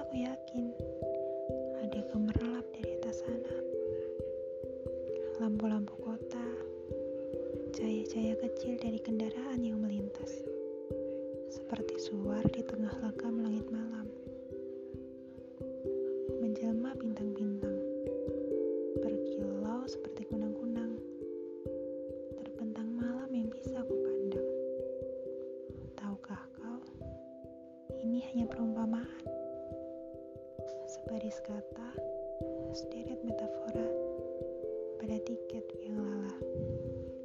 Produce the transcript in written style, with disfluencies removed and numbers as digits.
Aku yakin ada gemerlap dari atas sana. Lampu-lampu kota, cahaya-cahaya kecil dari kendaraan yang melintas, seperti suar di tengah legam langit malam. Menjelma bintang-bintang, berkilau seperti kunang-kunang, terbentang malam yang bisa ku pandang. Tahukah kau, ini hanya perumpamaan, sebaris kata, sederet metafora pada tiket yang lalah.